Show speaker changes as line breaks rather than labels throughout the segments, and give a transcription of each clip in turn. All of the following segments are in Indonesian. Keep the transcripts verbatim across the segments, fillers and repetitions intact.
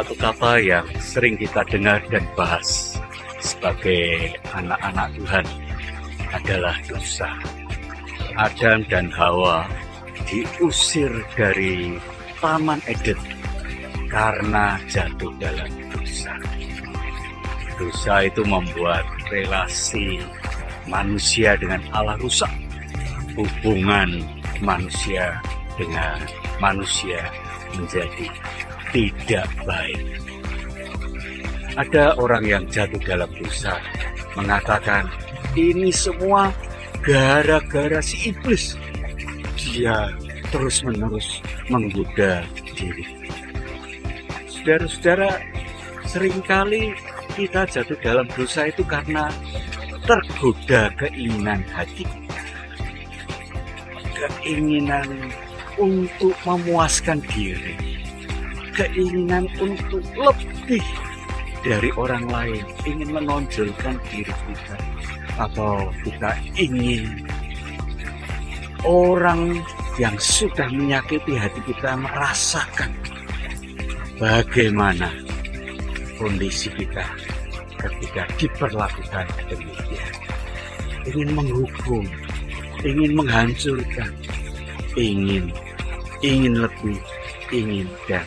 Satu kata yang sering kita dengar dan bahas sebagai anak-anak Tuhan adalah dosa. Adam dan Hawa diusir dari Taman Eden karena jatuh dalam dosa. Dosa itu membuat relasi manusia dengan Allah rusak. Hubungan manusia dengan manusia menjadi tidak baik. Ada orang yang jatuh dalam dosa mengatakan ini semua gara-gara si iblis. Dia terus-menerus menggoda diri. Saudara-saudara, seringkali kita jatuh dalam dosa itu karena tergoda keinginan hati, keinginan untuk memuaskan diri, keinginan untuk lebih dari orang lain, ingin menonjolkan diri kita, atau kita ingin orang yang sudah menyakiti hati kita merasakan bagaimana kondisi kita ketika diperlakukan demikian. Ingin menghukum, ingin menghancurkan, ingin ingin lebih, ingin dan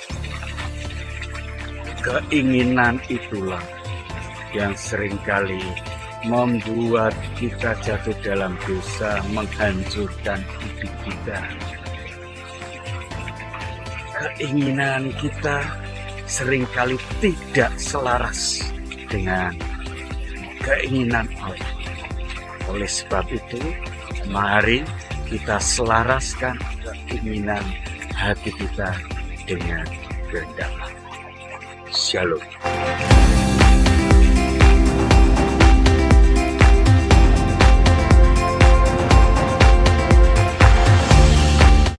keinginan itulah yang seringkali membuat kita jatuh dalam dosa, menghancurkan hidup kita. Keinginan kita seringkali tidak selaras dengan keinginan Allah. Oleh sebab itu, mari kita selaraskan keinginan hati kita dengan kehendak Allah. Shalom.